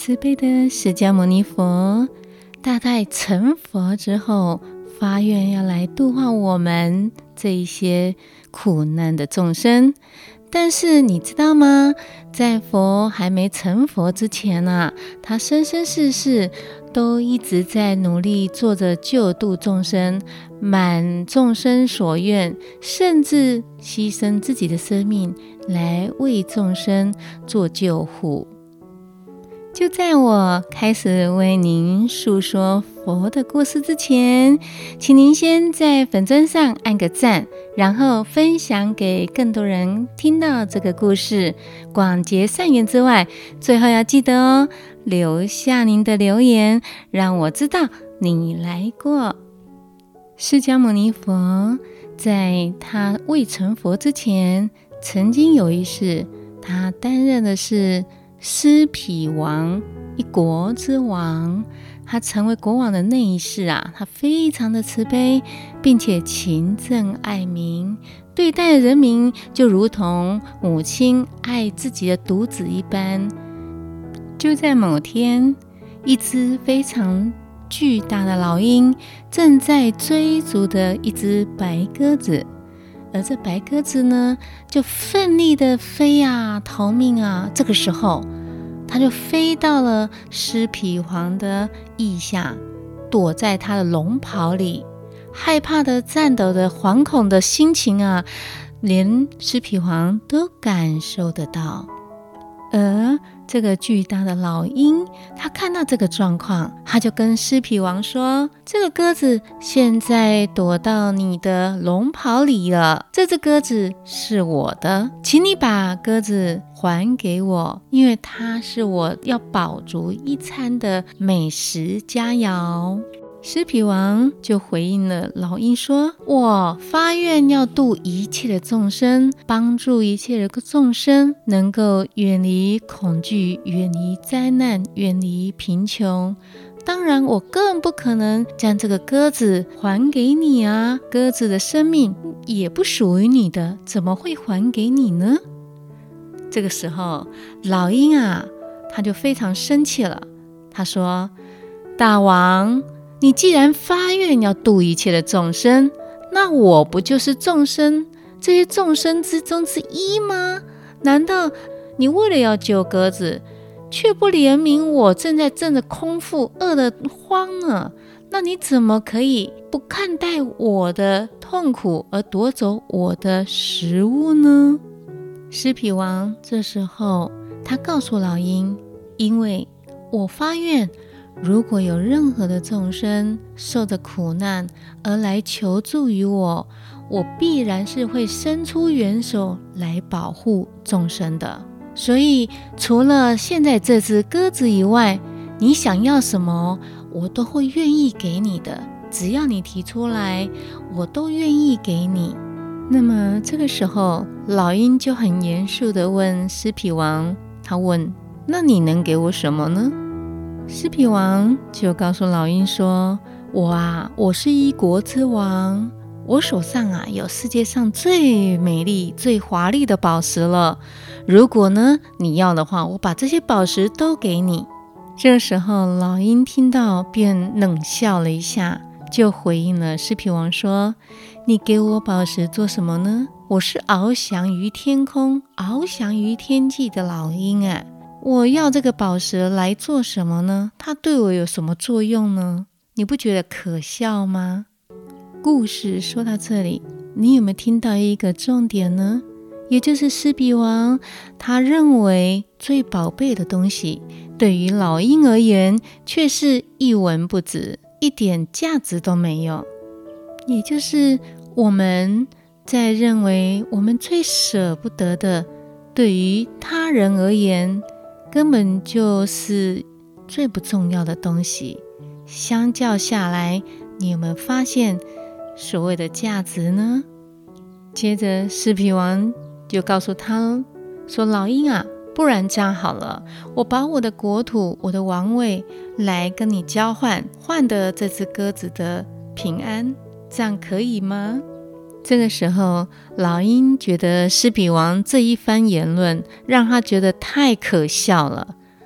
慈悲的释迦牟尼佛大概成佛之后，发愿要来度化我们这一些苦难的众生。但是你知道吗？在佛还没成佛之前啊，他生生世世都一直在努力做着救度众生，满众生所愿，甚至牺牲自己的生命来为众生做救护。就在我开始为您述说佛的故事之前，请您先在粉专上按个赞，然后分享给更多人听到这个故事，广结善缘之外，最后要记得哦，留下您的留言，让我知道你来过。释迦牟尼佛在他未成佛之前，曾经有一世，他担任的是尸毗王，一国之王。他成为国王的那一世啊，他非常的慈悲，并且勤政爱民，对待人民就如同母亲爱自己的独子一般。就在某天，一只非常巨大的老鹰正在追逐的一只白鸽子，而这白鸽子呢，就奋力的飞啊，逃命啊。这个时候，它就飞到了尸毗王的腋下，躲在他的龙袍里，害怕的、颤抖的、惶恐的心情啊，连尸毗王都感受得到。而这个巨大的老鹰，他看到这个状况，他就跟尸毗王说，这个鸽子现在躲到你的龙袍里了，这只鸽子是我的，请你把鸽子还给我，因为它是我要饱足一餐的美食佳肴。尸毗王就回应了老鹰说，我发愿要度一切的众生，帮助一切的众生能够远离恐惧，远离灾难，远离贫穷。当然我更不可能将这个鸽子还给你啊，鸽子的生命也不属于你的，怎么会还给你呢？这个时候老鹰啊，他就非常生气了，他说，大王，你既然发愿要度一切的众生，那我不就是众生这些众生之中之一吗？难道你为了要救鸽子，却不怜悯我正在挣着空腹饿得慌呢？那你怎么可以不看待我的痛苦而夺走我的食物呢？尸毗王这时候他告诉老鹰，因为我发愿，如果有任何的众生受着苦难而来求助于我，我必然是会伸出援手来保护众生的。所以除了现在这只鸽子以外，你想要什么，我都会愿意给你的，只要你提出来，我都愿意给你。那么这个时候，老鹰就很严肃地问尸毗王，他问，那你能给我什么呢？尸毗王就告诉老鹰说，我是一国之王，我手上啊有世界上最美丽最华丽的宝石了，如果呢你要的话，我把这些宝石都给你。这时候老鹰听到便冷笑了一下，就回应了尸毗王说，你给我宝石做什么呢？我是翱翔于天空，翱翔于天际的老鹰啊，我要这个宝石来做什么呢？它对我有什么作用呢？你不觉得可笑吗？故事说到这里，你有没有听到一个重点呢？也就是尸毗王他认为最宝贝的东西，对于老鹰而言却是一文不值，一点价值都没有。也就是我们在认为我们最舍不得的，对于他人而言根本就是最不重要的东西。相较下来，你有没有发现所谓的价值呢？接着尸毗王就告诉他说，老鹰啊，不然这样好了，我把我的国土，我的王位来跟你交换，换得这只鸽子的平安，这样可以吗？这个时候老鹰觉得尸毗王这一番言论让他觉得太可笑了，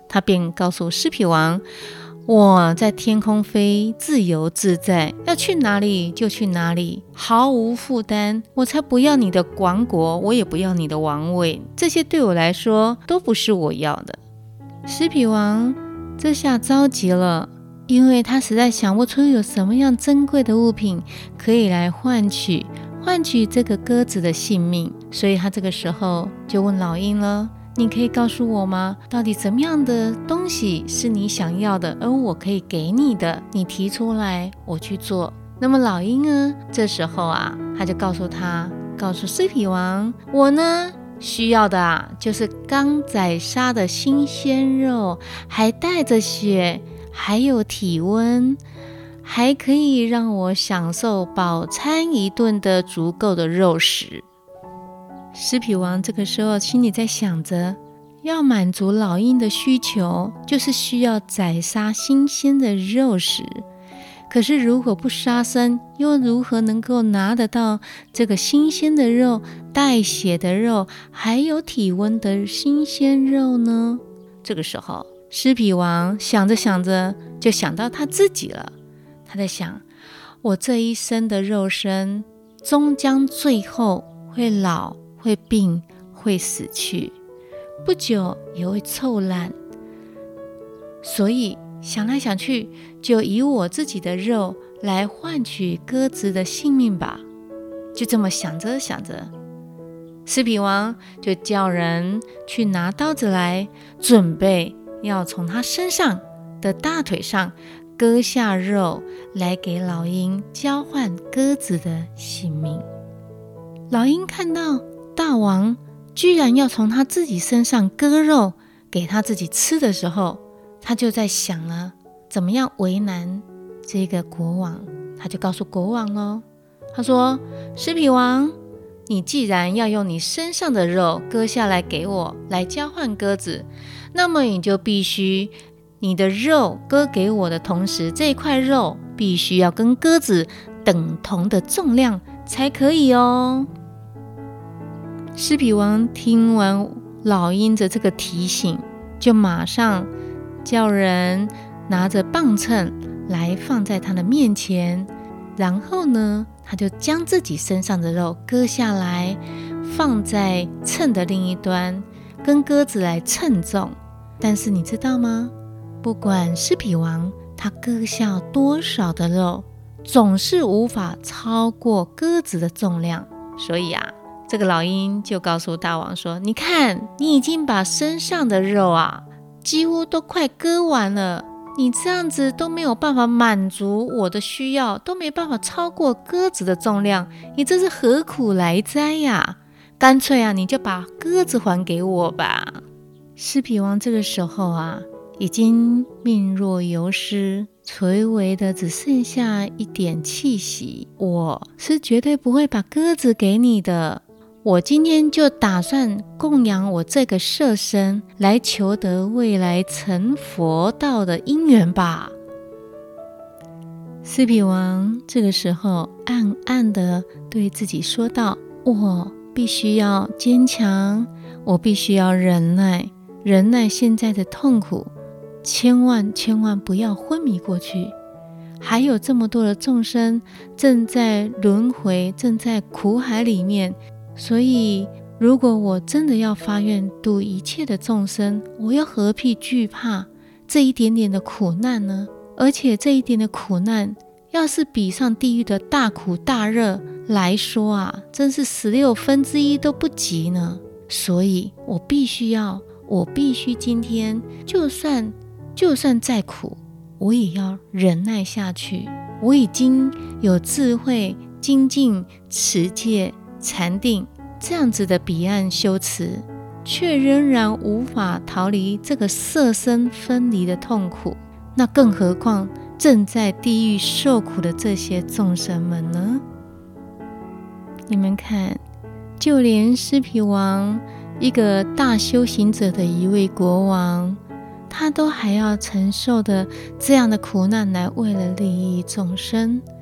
他便告诉狮皮王，我在天空飞，自由自在，要去哪里就去哪里，毫无负担。我才不要你的王国，我也不要你的王位，这些对我来说都不是我要的。狮皮王这下着急了，因为他实在想不出有什么样珍贵的物品可以来换取这个鸽子的性命，所以他这个时候就问老鹰了，你可以告诉我吗？到底怎么样的东西是你想要的，而我可以给你的？你提出来，我去做。那么老鹰呢？这时候啊，他就告诉狮皮王，我呢需要的就是刚宰杀的新鲜肉，还带着血，还有体温，还可以让我享受饱餐一顿的足够的肉食。狮皮王这个时候心里在想着，要满足老鹰的需求，就是需要宰杀新鲜的肉食。可是如果不杀生，又如何能够拿得到这个新鲜的肉、带血的肉，还有体温的新鲜肉呢？这个时候，狮皮王想着想着，就想到他自己了。他在想，我这一生的肉身，终将最后会老、会病、会死去，不久也会臭烂。所以想来想去，就以我自己的肉来换取鸽子的性命吧。就这么想着想着，狮皮王就叫人去拿刀子来，准备要从他身上的大腿上割下肉来给老鹰交换鸽子的性命。老鹰看到大王居然要从他自己身上割肉给他自己吃的时候，他就在想了怎么样为难这个国王。他就告诉国王咯，他说，狮皮王，你既然要用你身上的肉割下来给我来交换鸽子，那么你就必须你的肉割给我的同时，这块肉必须要跟鸽子等同的重量才可以哦。狮皮王听完老鹰的这个提醒，就马上叫人拿着磅秤来放在他的面前，然后呢，他就将自己身上的肉割下来，放在秤的另一端，跟鸽子来称重。但是你知道吗？不管狮皮王他割下多少的肉，总是无法超过鸽子的重量。所以啊，这个老鹰就告诉大王说，你看，你已经把身上的肉几乎都快割完了，你这样子都没有办法满足我的需要，都没办法超过鸽子的重量，你这是何苦来哉呀？干脆你就把鸽子还给我吧。狮皮王这个时候已经命若游丝，垂危的只剩下一点气息。我是绝对不会把鸽子给你的，我今天就打算供养我这个色身，来求得未来成佛道的因缘吧。狮皮王这个时候暗暗的对自己说道，我必须要坚强，我必须要忍耐现在的痛苦，千万不要昏迷过去。还有这么多的众生正在轮回，正在苦海里面，所以如果我真的要发愿度一切的众生，我又何必惧怕这一点点的苦难呢？而且这一点的苦难要是比上地狱的大苦大热来说真是1/16都不及呢。所以我必须今天就算再苦，我也要忍耐下去。我已经有智慧、精进、持戒、禅定这样子的彼岸修持，却仍然无法逃离这个色身分离的痛苦，那更何况正在地狱受苦的这些众生们呢？你们看，就连狮皮王一个大修行者的一位国王，他都还要承受的这样的苦难来为了利益众生，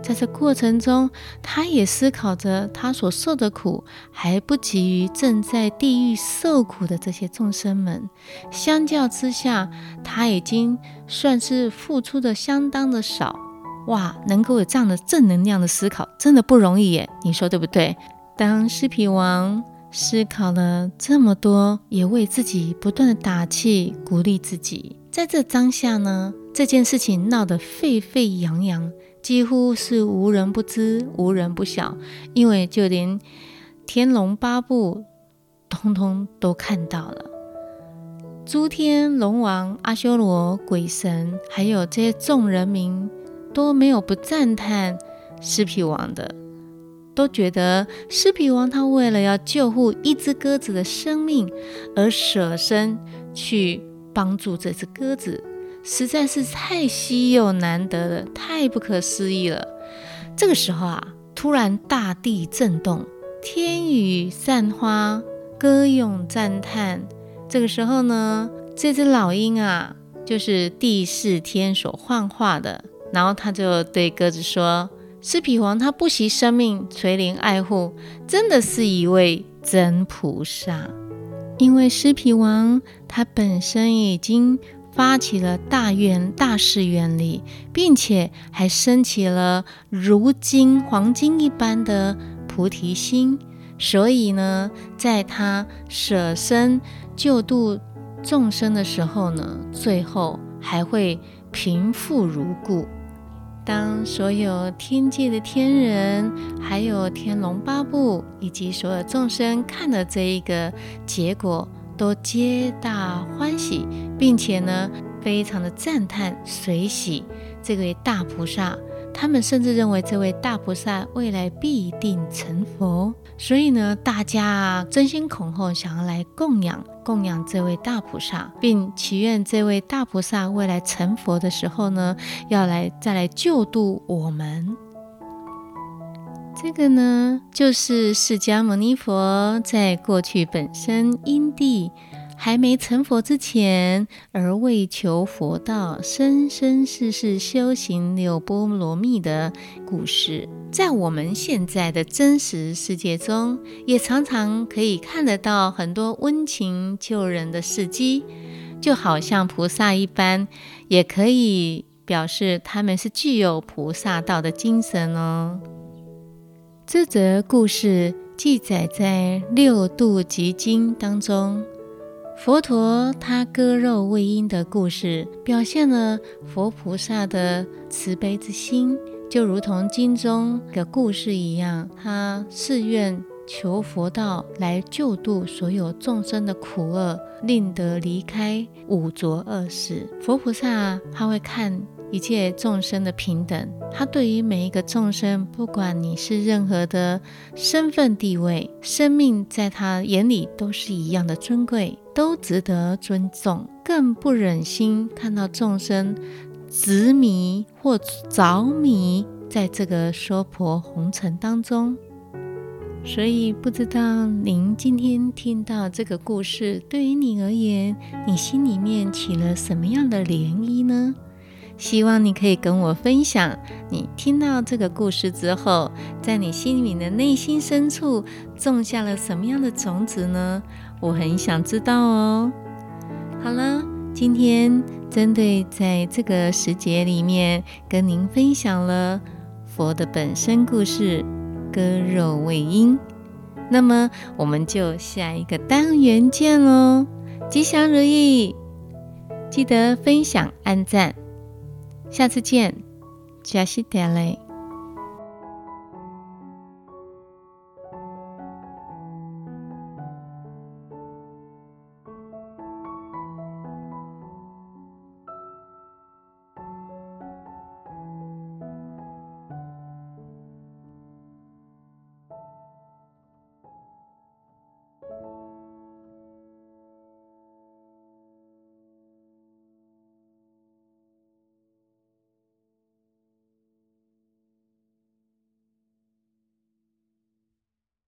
在这过程中，他也思考着他所受的苦还不及于正在地狱受苦的这些众生们，相较之下，他已经算是付出的相当的少。哇，能够有这样的正能量的思考真的不容易耶，你说对不对？当尸皮王思考了这么多，也为自己不断的打气鼓励自己。在这当下呢，这件事情闹得沸沸扬扬，几乎是无人不知无人不晓，因为就连天龙八部通通都看到了。诸天龙王、阿修罗、鬼神还有这些众人民都没有不赞叹尸皮王的，都觉得尸皮王他为了要救护一只鸽子的生命而舍身去帮助这只鸽子，实在是太稀有难得了，太不可思议了。这个时候啊，突然大地震动，天雨散花，歌咏赞叹。这个时候呢，这只老鹰啊，就是第四天所幻化的，然后他就对鸽子说，尸皮王他不惜生命垂怜爱护，真的是一位真菩萨。因为尸皮王他本身已经发起了大愿大誓愿力，并且还升起了如金黄金一般的菩提心，所以呢，在他舍身救度众生的时候呢，最后还会平复如故。当所有天界的天人，还有天龙八部以及所有众生看了这一个结果，都皆大欢喜，并且呢，非常的赞叹随喜这位大菩萨。他们甚至认为这位大菩萨未来必定成佛，所以呢，大家争先恐后想要来供养这位大菩萨，并祈愿这位大菩萨未来成佛的时候呢，再来救度我们。这个呢，就是释迦牟尼佛在过去本身因地还没成佛之前，而为求佛道，生生世世修行六波罗蜜的故事。在我们现在的真实世界中，也常常可以看得到很多温情救人的事迹，就好像菩萨一般，也可以表示他们是具有菩萨道的精神哦。这则故事记载在《六度集经》当中，佛陀他割肉喂鹰的故事，表现了佛菩萨的慈悲之心，就如同经中的故事一样，他誓愿求佛道来救度所有众生的苦厄，令得离开五浊恶世。佛菩萨他会看一切众生的平等，他对于每一个众生，不管你是任何的身份地位，生命在他眼里都是一样的尊贵，都值得尊重，更不忍心看到众生执迷或着迷在这个娑婆红尘当中。所以不知道您今天听到这个故事，对于你而言，你心里面起了什么样的涟漪呢？希望你可以跟我分享，你听到这个故事之后，在你心里的内心深处种下了什么样的种子呢？我很想知道哦。好了，今天针对在这个时节里面跟您分享了佛的本身故事，割肉喂鹰。那么我们就下一个单元见咯，吉祥如意，记得分享按赞，下次见，加西德勒。